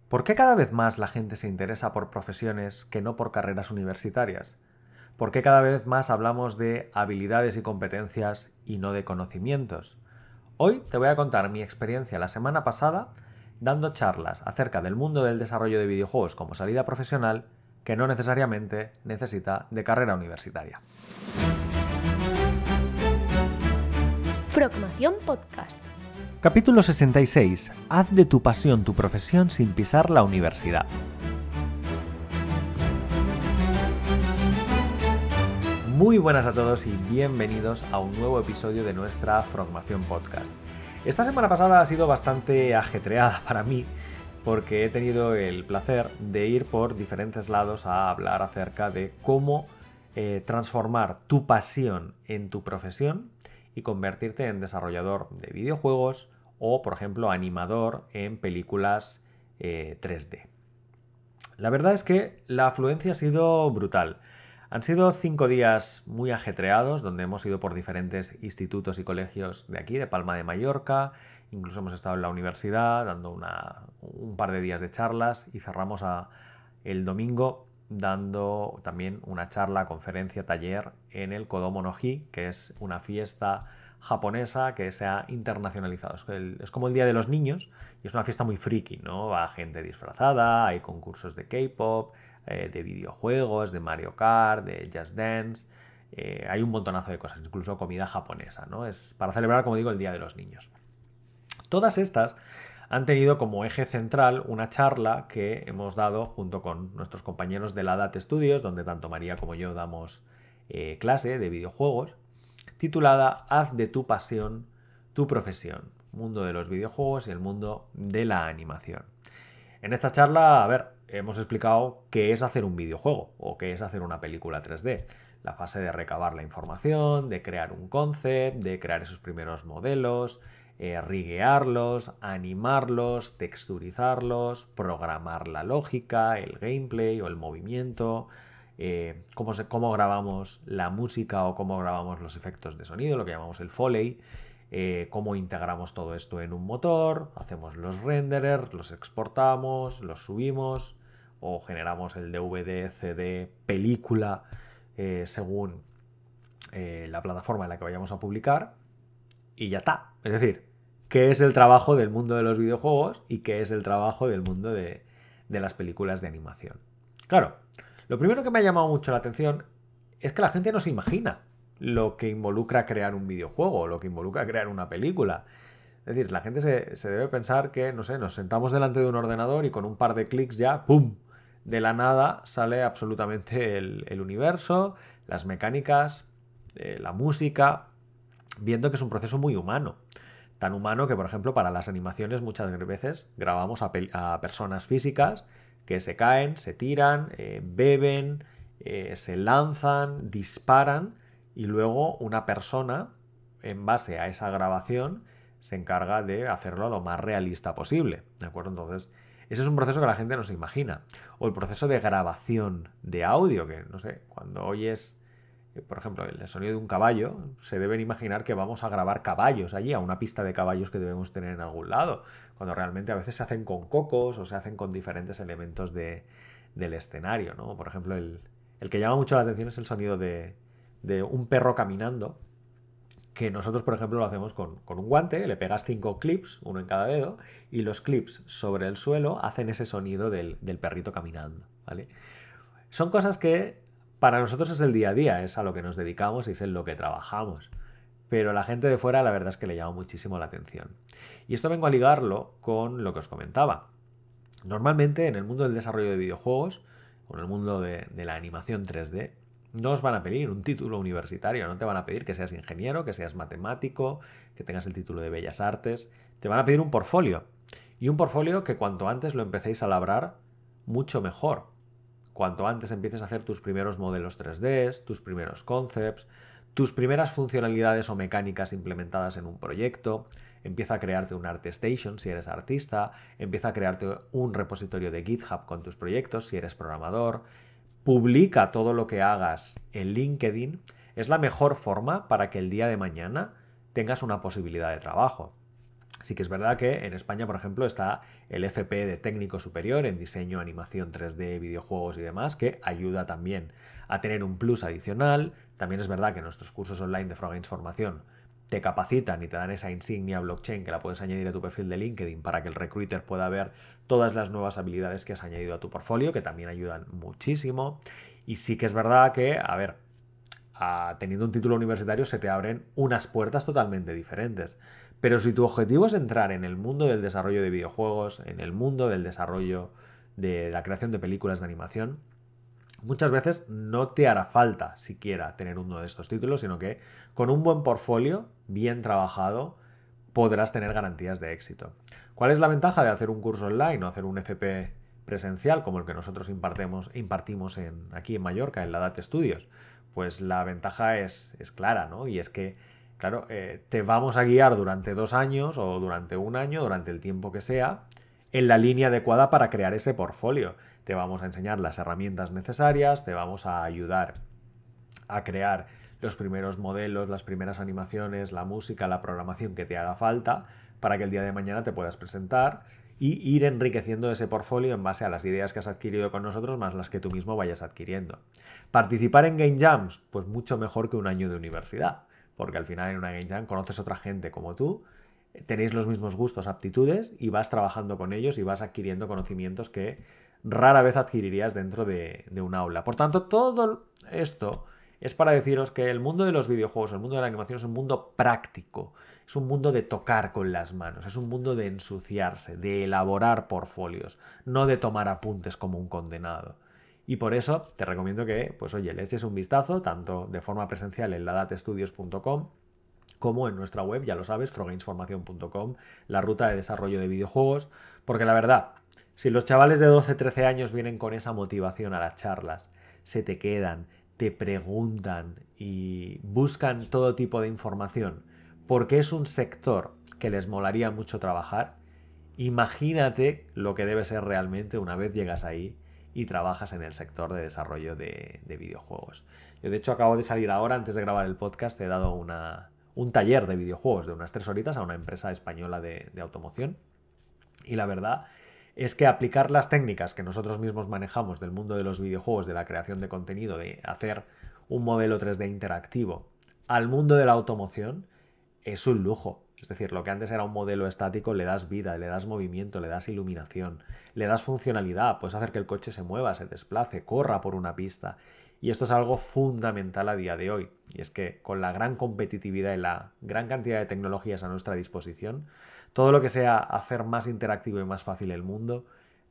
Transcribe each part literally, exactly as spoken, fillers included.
¿Por qué cada vez más la gente se interesa por profesiones que no por carreras universitarias? ¿Por qué cada vez más hablamos de habilidades y competencias y no de conocimientos? Hoy te voy a contar mi experiencia la semana pasada dando charlas acerca del mundo del desarrollo de videojuegos como salida profesional que no necesariamente necesita de carrera universitaria. Frogmación Podcast. Capítulo sesenta y seis. Haz de tu pasión tu profesión sin pisar la universidad. Muy buenas a todos y bienvenidos a un nuevo episodio de nuestra Frogmación Podcast. Esta semana pasada ha sido bastante ajetreada para mí porque he tenido el placer de ir por diferentes lados a hablar acerca de cómo eh, transformar tu pasión en tu profesión y convertirte en desarrollador de videojuegos o, por ejemplo, animador en películas eh, tres D. La verdad es que la afluencia ha sido brutal. Han sido cinco días muy ajetreados, donde hemos ido por diferentes institutos y colegios de aquí, de Palma de Mallorca. Incluso hemos estado en la universidad dando una, un par de días de charlas y cerramos a, el domingo dando también una charla, conferencia, taller en el Kodomo no Hi, que es una fiesta japonesa que se ha internacionalizado. Es, el, es como el Día de los Niños y es una fiesta muy friki, ¿no? Va gente disfrazada, hay concursos de K-pop, eh, de videojuegos, de Mario Kart, de Just Dance, eh, hay un montonazo de cosas, incluso comida japonesa, ¿no? Es para celebrar, como digo, el Día de los Niños. Todas estas han tenido como eje central una charla que hemos dado junto con nuestros compañeros de la A D A T Studios, donde tanto María como yo damos eh, clase de videojuegos, titulada Haz de tu pasión tu profesión, mundo de los videojuegos y el mundo de la animación. En esta charla, a ver, hemos explicado qué es hacer un videojuego o qué es hacer una película tres D. La fase de recabar la información, de crear un concept, de crear esos primeros modelos, eh, riguearlos, animarlos, texturizarlos, programar la lógica, el gameplay o el movimiento, eh, cómo, se, cómo grabamos la música o cómo grabamos los efectos de sonido, lo que llamamos el Foley, eh, cómo integramos todo esto en un motor, hacemos los renderers, los exportamos, los subimos o generamos el D V D, C D, película, eh, según eh, la plataforma en la que vayamos a publicar. Y ya está. Es decir, ¿qué es el trabajo del mundo de los videojuegos y qué es el trabajo del mundo de, de las películas de animación? Claro, lo primero que me ha llamado mucho la atención es que la gente no se imagina lo que involucra crear un videojuego o lo que involucra crear una película. Es decir, la gente se, se debe pensar que, no sé, nos sentamos delante de un ordenador y con un par de clics ya, ¡pum!, de la nada sale absolutamente el, el universo, las mecánicas, eh, la música, viendo que es un proceso muy humano. Tan humano que, por ejemplo, para las animaciones muchas veces grabamos a, a personas físicas que se caen, se tiran, eh, beben, eh, se lanzan, disparan y luego una persona, en base a esa grabación, se encarga de hacerlo lo más realista posible. ¿De acuerdo? Entonces, ese es un proceso que la gente no se imagina. O el proceso de grabación de audio, que, no sé, cuando oyes, por ejemplo, el sonido de un caballo, se deben imaginar que vamos a grabar caballos allí, a una pista de caballos que debemos tener en algún lado, cuando realmente a veces se hacen con cocos o se hacen con diferentes elementos de, del escenario, ¿no? Por ejemplo, el, el que llama mucho la atención es el sonido de, de un perro caminando, que nosotros, por ejemplo, lo hacemos con, con un guante, le pegas cinco clips, uno en cada dedo, y los clips sobre el suelo hacen ese sonido del, del perrito caminando, ¿vale? Son cosas que para nosotros es el día a día, es a lo que nos dedicamos y es en lo que trabajamos. Pero la gente de fuera la verdad es que le llama muchísimo la atención. Y esto vengo a ligarlo con lo que os comentaba. Normalmente en el mundo del desarrollo de videojuegos o en el mundo de, de la animación tres D no os van a pedir un título universitario, no te van a pedir que seas ingeniero, que seas matemático, que tengas el título de Bellas Artes. Te van a pedir un portfolio. Y un portfolio que cuanto antes lo empecéis a labrar, mucho mejor. Cuanto antes empieces a hacer tus primeros modelos tres D, tus primeros concepts, tus primeras funcionalidades o mecánicas implementadas en un proyecto, empieza a crearte un ArtStation si eres artista, empieza a crearte un repositorio de GitHub con tus proyectos si eres programador, publica todo lo que hagas en LinkedIn, es la mejor forma para que el día de mañana tengas una posibilidad de trabajo. Sí que es verdad que en España, por ejemplo, está el F P de técnico superior en diseño, animación tres D, videojuegos y demás, que ayuda también a tener un plus adicional. También es verdad que nuestros cursos online de Froggames Formación te capacitan y te dan esa insignia blockchain que la puedes añadir a tu perfil de LinkedIn para que el recruiter pueda ver todas las nuevas habilidades que has añadido a tu portfolio, que también ayudan muchísimo. Y sí que es verdad que, a ver, a, teniendo un título universitario se te abren unas puertas totalmente diferentes. Pero si tu objetivo es entrar en el mundo del desarrollo de videojuegos, en el mundo del desarrollo de la creación de películas de animación, muchas veces no te hará falta siquiera tener uno de estos títulos, sino que con un buen portfolio, bien trabajado, podrás tener garantías de éxito. ¿Cuál es la ventaja de hacer un curso online o hacer un F P presencial como el que nosotros impartimos, impartimos en, aquí en Mallorca, en la Data Studios? Pues la ventaja es, es clara, ¿no? Y es que, claro, eh, te vamos a guiar durante dos años o durante un año, durante el tiempo que sea, en la línea adecuada para crear ese portfolio. Te vamos a enseñar las herramientas necesarias, te vamos a ayudar a crear los primeros modelos, las primeras animaciones, la música, la programación que te haga falta para que el día de mañana te puedas presentar y ir enriqueciendo ese portfolio en base a las ideas que has adquirido con nosotros más las que tú mismo vayas adquiriendo. Participar en Game Jams, pues mucho mejor que un año de universidad, porque al final en una Game Jam conoces a otra gente como tú, tenéis los mismos gustos, aptitudes y vas trabajando con ellos y vas adquiriendo conocimientos que rara vez adquirirías dentro de, de un aula. Por tanto, todo esto es para deciros que el mundo de los videojuegos, el mundo de la animación es un mundo práctico, es un mundo de tocar con las manos, es un mundo de ensuciarse, de elaborar portfolios, no de tomar apuntes como un condenado. Y por eso te recomiendo que, pues oye, le eches un vistazo, tanto de forma presencial en la data studios punto com como en nuestra web, ya lo sabes, froggames formación punto com, la ruta de desarrollo de videojuegos, porque la verdad, si los chavales de doce trece años vienen con esa motivación a las charlas, se te quedan, te preguntan y buscan todo tipo de información, porque es un sector que les molaría mucho trabajar, imagínate lo que debe ser realmente una vez llegas ahí y trabajas en el sector de desarrollo de, de videojuegos. Yo de hecho acabo de salir ahora, antes de grabar el podcast, he dado una, un taller de videojuegos de unas tres horitas a una empresa española de, de automoción y la verdad es que aplicar las técnicas que nosotros mismos manejamos del mundo de los videojuegos, de la creación de contenido, de hacer un modelo tres D interactivo al mundo de la automoción es un lujo. Es decir, lo que antes era un modelo estático le das vida, le das movimiento, le das iluminación, le das funcionalidad, puedes hacer que el coche se mueva, se desplace, corra por una pista. Y esto es algo fundamental a día de hoy. Y es que con la gran competitividad y la gran cantidad de tecnologías a nuestra disposición, todo lo que sea hacer más interactivo y más fácil el mundo,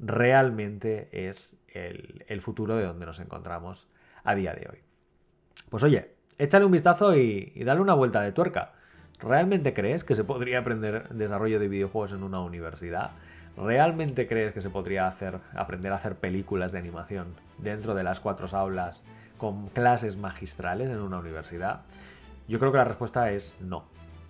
realmente es el, el futuro de donde nos encontramos a día de hoy. Pues oye, échale un vistazo y, y dale una vuelta de tuerca. ¿Realmente crees que se podría aprender desarrollo de videojuegos en una universidad? ¿Realmente crees que se podría hacer, aprender a hacer películas de animación dentro de las cuatro aulas con clases magistrales en una universidad? Yo creo que la respuesta es no.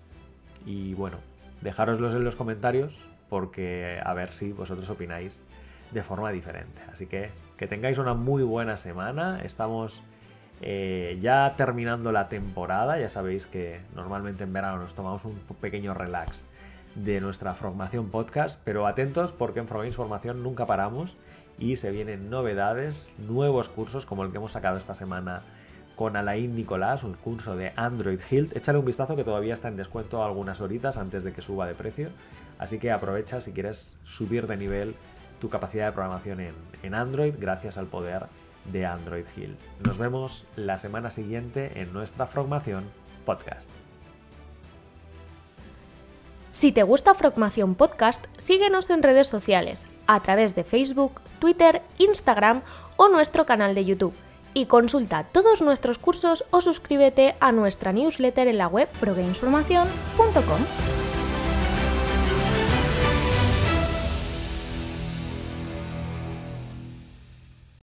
Y bueno, dejároslos en los comentarios porque a ver si vosotros opináis de forma diferente. Así que que tengáis una muy buena semana. Estamos eh, ya terminando la temporada. Ya sabéis que normalmente en verano nos tomamos un pequeño relax de nuestra Frogmación Podcast, pero atentos porque en Froggames Formación nunca paramos y se vienen novedades, nuevos cursos como el que hemos sacado esta semana con Alain Nicolás, un curso de Android Hilt. Échale un vistazo que todavía está en descuento algunas horitas antes de que suba de precio, así que aprovecha si quieres subir de nivel tu capacidad de programación en, en Android gracias al poder de Android Hilt. Nos vemos la semana siguiente en nuestra Frogmación Podcast. Si te gusta Frogmación Podcast, síguenos en redes sociales, a través de Facebook, Twitter, Instagram o nuestro canal de YouTube. Y consulta todos nuestros cursos o suscríbete a nuestra newsletter en la web froggames formación punto com.